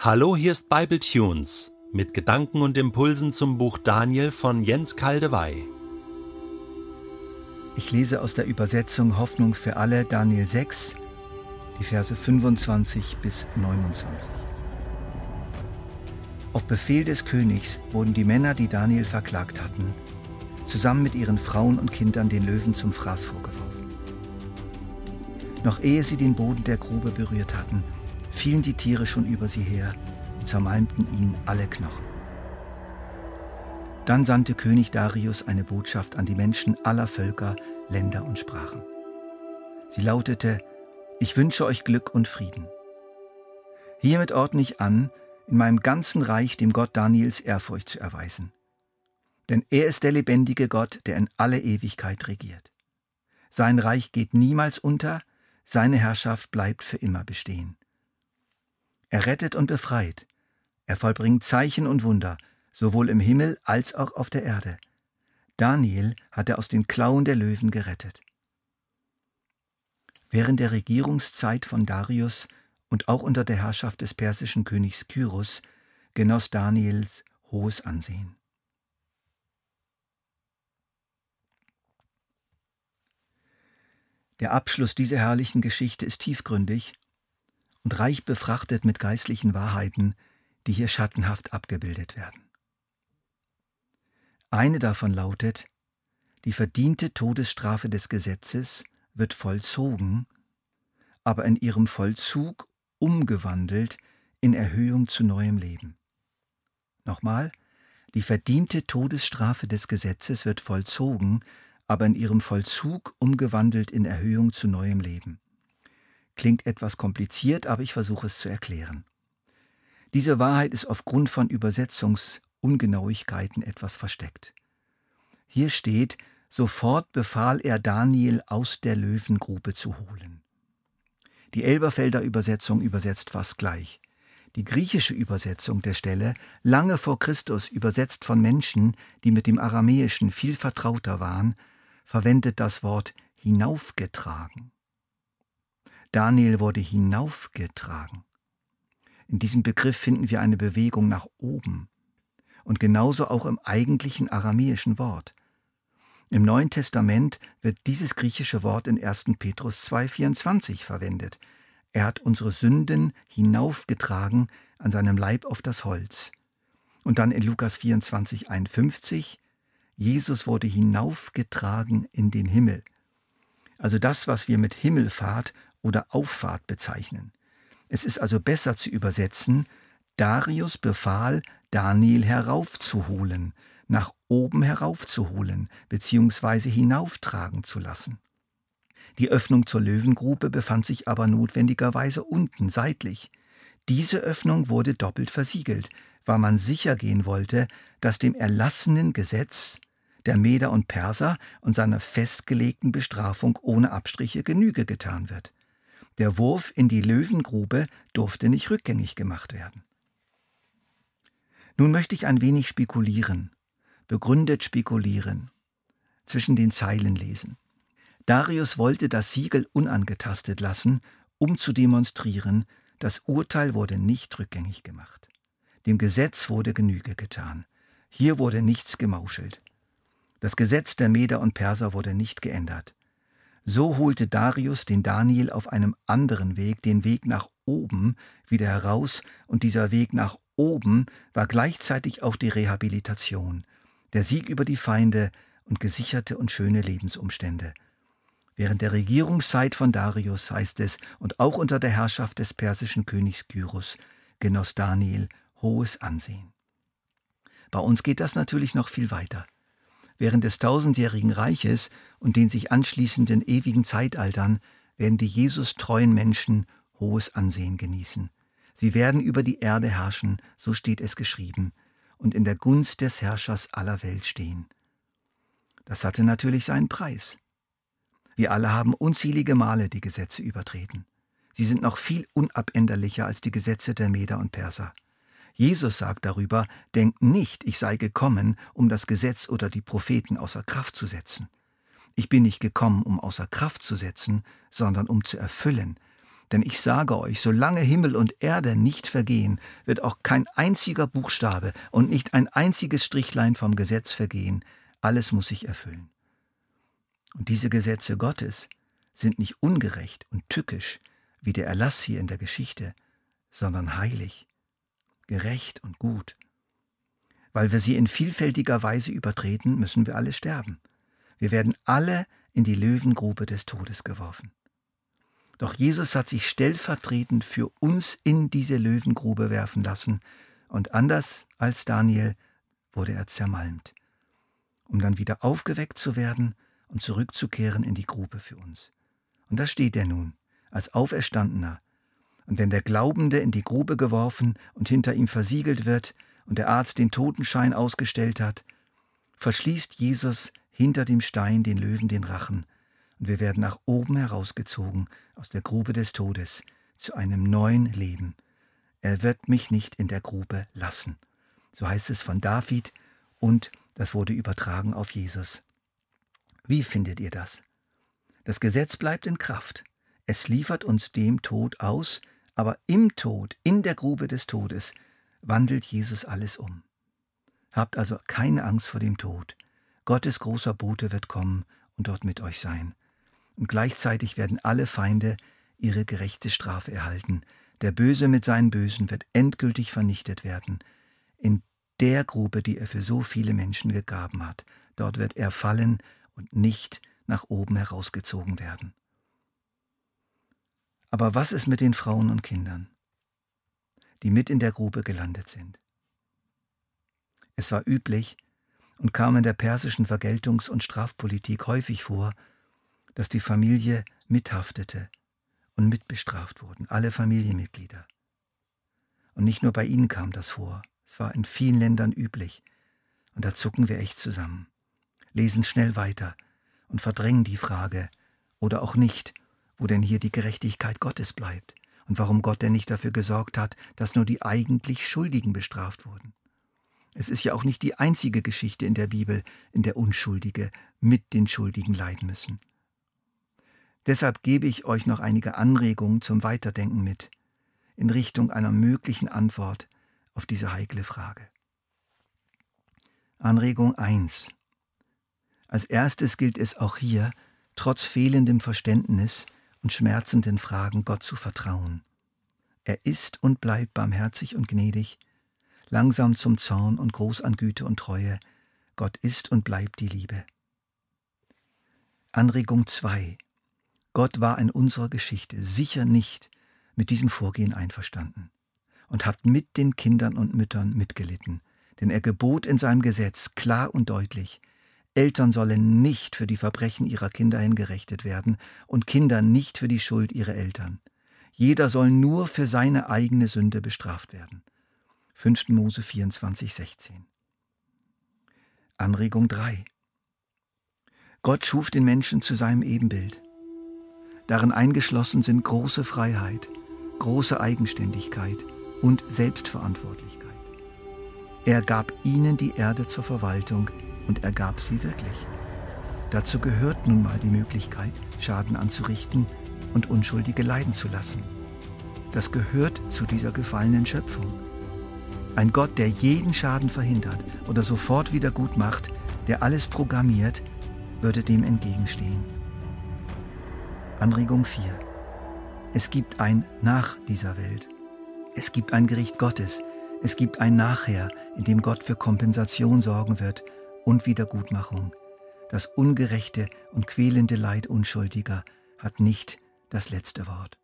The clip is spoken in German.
Hallo, hier ist Bible Tunes mit Gedanken und Impulsen zum Buch Daniel von Jens Kaldewey. Ich lese aus der Übersetzung Hoffnung für alle Daniel 6, die Verse 25 bis 29. Auf Befehl des Königs wurden die Männer, die Daniel verklagt hatten, zusammen mit ihren Frauen und Kindern den Löwen zum Fraß vorgeworfen. Noch ehe sie den Boden der Grube berührt hatten, fielen die Tiere schon über sie her und zermalmten ihnen alle Knochen. Dann sandte König Darius eine Botschaft an die Menschen aller Völker, Länder und Sprachen. Sie lautete: Ich wünsche euch Glück und Frieden. Hiermit ordne ich an, in meinem ganzen Reich dem Gott Daniels Ehrfurcht zu erweisen. Denn er ist der lebendige Gott, der in alle Ewigkeit regiert. Sein Reich geht niemals unter, seine Herrschaft bleibt für immer bestehen. Er rettet und befreit, er vollbringt Zeichen und Wunder, sowohl im Himmel als auch auf der Erde. Daniel hat er aus den Klauen der Löwen gerettet. Während der Regierungszeit von Darius und auch unter der Herrschaft des persischen Königs Kyros genoss Daniels hohes Ansehen. Der Abschluss dieser herrlichen Geschichte ist tiefgründig und reich befrachtet mit geistlichen Wahrheiten, die hier schattenhaft abgebildet werden. Eine davon lautet: Die verdiente Todesstrafe des Gesetzes wird vollzogen, aber in ihrem Vollzug umgewandelt in Erhöhung zu neuem Leben. Nochmal: Die verdiente Todesstrafe des Gesetzes wird vollzogen, aber in ihrem Vollzug umgewandelt in Erhöhung zu neuem Leben. Klingt etwas kompliziert, aber ich versuche es zu erklären. Diese Wahrheit ist aufgrund von Übersetzungsungenauigkeiten etwas versteckt. Hier steht: Sofort befahl er Daniel, aus der Löwengrube zu holen. Die Elberfelder Übersetzung übersetzt fast gleich. Die griechische Übersetzung der Stelle, lange vor Christus übersetzt von Menschen, die mit dem Aramäischen viel vertrauter waren, verwendet das Wort hinaufgetragen. Daniel wurde hinaufgetragen. In diesem Begriff finden wir eine Bewegung nach oben und genauso auch im eigentlichen aramäischen Wort. Im Neuen Testament wird dieses griechische Wort in 1. Petrus 2,24 verwendet. Er hat unsere Sünden hinaufgetragen an seinem Leib auf das Holz. Und dann in Lukas 24,51: Jesus wurde hinaufgetragen in den Himmel. Also das, was wir mit Himmelfahrt oder Auffahrt bezeichnen. Es ist also besser zu übersetzen: Darius befahl, Daniel heraufzuholen, nach oben heraufzuholen bzw. hinauftragen zu lassen. Die Öffnung zur Löwengrube befand sich aber notwendigerweise unten, seitlich. Diese Öffnung wurde doppelt versiegelt, weil man sicher gehen wollte, dass dem erlassenen Gesetz der Meder und Perser und seiner festgelegten Bestrafung ohne Abstriche Genüge getan wird. Der Wurf in die Löwengrube durfte nicht rückgängig gemacht werden. Nun möchte ich ein wenig spekulieren, begründet spekulieren, zwischen den Zeilen lesen. Darius wollte das Siegel unangetastet lassen, um zu demonstrieren, das Urteil wurde nicht rückgängig gemacht. Dem Gesetz wurde Genüge getan. Hier wurde nichts gemauschelt. Das Gesetz der Meder und Perser wurde nicht geändert. So holte Darius den Daniel auf einem anderen Weg, den Weg nach oben, wieder heraus, und dieser Weg nach oben war gleichzeitig auch die Rehabilitation, der Sieg über die Feinde und gesicherte und schöne Lebensumstände. Während der Regierungszeit von Darius, heißt es, und auch unter der Herrschaft des persischen Königs Kyros, genoss Daniel hohes Ansehen. Bei uns geht das natürlich noch viel weiter. Während des 1000-jährigen Reiches und den sich anschließenden ewigen Zeitaltern werden die Jesus-treuen Menschen hohes Ansehen genießen. Sie werden über die Erde herrschen, so steht es geschrieben, und in der Gunst des Herrschers aller Welt stehen. Das hatte natürlich seinen Preis. Wir alle haben unzählige Male die Gesetze übertreten. Sie sind noch viel unabänderlicher als die Gesetze der Meder und Perser. Jesus sagt darüber: Denkt nicht, ich sei gekommen, um das Gesetz oder die Propheten außer Kraft zu setzen. Ich bin nicht gekommen, um außer Kraft zu setzen, sondern um zu erfüllen. Denn ich sage euch, solange Himmel und Erde nicht vergehen, wird auch kein einziger Buchstabe und nicht ein einziges Strichlein vom Gesetz vergehen. Alles muss sich erfüllen. Und diese Gesetze Gottes sind nicht ungerecht und tückisch, wie der Erlass hier in der Geschichte, sondern heilig, gerecht und gut. Weil wir sie in vielfältiger Weise übertreten, müssen wir alle sterben. Wir werden alle in die Löwengrube des Todes geworfen. Doch Jesus hat sich stellvertretend für uns in diese Löwengrube werfen lassen, und anders als Daniel wurde er zermalmt, um dann wieder aufgeweckt zu werden und zurückzukehren in die Grube für uns. Und da steht er nun, als Auferstandener. Und wenn der Glaubende in die Grube geworfen und hinter ihm versiegelt wird und der Arzt den Totenschein ausgestellt hat, verschließt Jesus hinter dem Stein den Löwen den Rachen, und wir werden nach oben herausgezogen aus der Grube des Todes zu einem neuen Leben. Er wird mich nicht in der Grube lassen. So heißt es von David, und das wurde übertragen auf Jesus. Wie findet ihr das? Das Gesetz bleibt in Kraft. Es liefert uns dem Tod aus, aber im Tod, in der Grube des Todes, wandelt Jesus alles um. Habt also keine Angst vor dem Tod. Gottes großer Bote wird kommen und dort mit euch sein. Und gleichzeitig werden alle Feinde ihre gerechte Strafe erhalten. Der Böse mit seinen Bösen wird endgültig vernichtet werden. In der Grube, die er für so viele Menschen gegraben hat, dort wird er fallen und nicht nach oben herausgezogen werden. Aber was ist mit den Frauen und Kindern, die mit in der Grube gelandet sind? Es war üblich und kam in der persischen Vergeltungs- und Strafpolitik häufig vor, dass die Familie mithaftete und mitbestraft wurden, alle Familienmitglieder. Und nicht nur bei ihnen kam das vor, es war in vielen Ländern üblich. Und da zucken wir echt zusammen, lesen schnell weiter und verdrängen die Frage, oder auch nicht, wo denn hier die Gerechtigkeit Gottes bleibt und warum Gott denn nicht dafür gesorgt hat, dass nur die eigentlich Schuldigen bestraft wurden. Es ist ja auch nicht die einzige Geschichte in der Bibel, in der Unschuldige mit den Schuldigen leiden müssen. Deshalb gebe ich euch noch einige Anregungen zum Weiterdenken mit, in Richtung einer möglichen Antwort auf diese heikle Frage. Anregung 1. Als erstes gilt es auch hier, trotz fehlendem Verständnis und schmerzenden Fragen Gott zu vertrauen. Er ist und bleibt barmherzig und gnädig, langsam zum Zorn und groß an Güte und Treue. Gott ist und bleibt die Liebe. Anregung 2. Gott war in unserer Geschichte sicher nicht mit diesem Vorgehen einverstanden und hat mit den Kindern und Müttern mitgelitten, denn er gebot in seinem Gesetz klar und deutlich, Eltern sollen nicht für die Verbrechen ihrer Kinder hingerichtet werden und Kinder nicht für die Schuld ihrer Eltern. Jeder soll nur für seine eigene Sünde bestraft werden. 5. Mose 24,16. Anregung 3. Gott schuf den Menschen zu seinem Ebenbild. Darin eingeschlossen sind große Freiheit, große Eigenständigkeit und Selbstverantwortlichkeit. Er gab ihnen die Erde zur Verwaltung und er gab sie wirklich. Dazu gehört nun mal die Möglichkeit, Schaden anzurichten und Unschuldige leiden zu lassen. Das gehört zu dieser gefallenen Schöpfung. Ein Gott, der jeden Schaden verhindert oder sofort wieder gut macht, der alles programmiert, würde dem entgegenstehen. Anregung 4. Es gibt ein Nach dieser Welt. Es gibt ein Gericht Gottes. Es gibt ein Nachher, in dem Gott für Kompensation sorgen wird und Wiedergutmachung. Das ungerechte und quälende Leid Unschuldiger hat nicht das letzte Wort.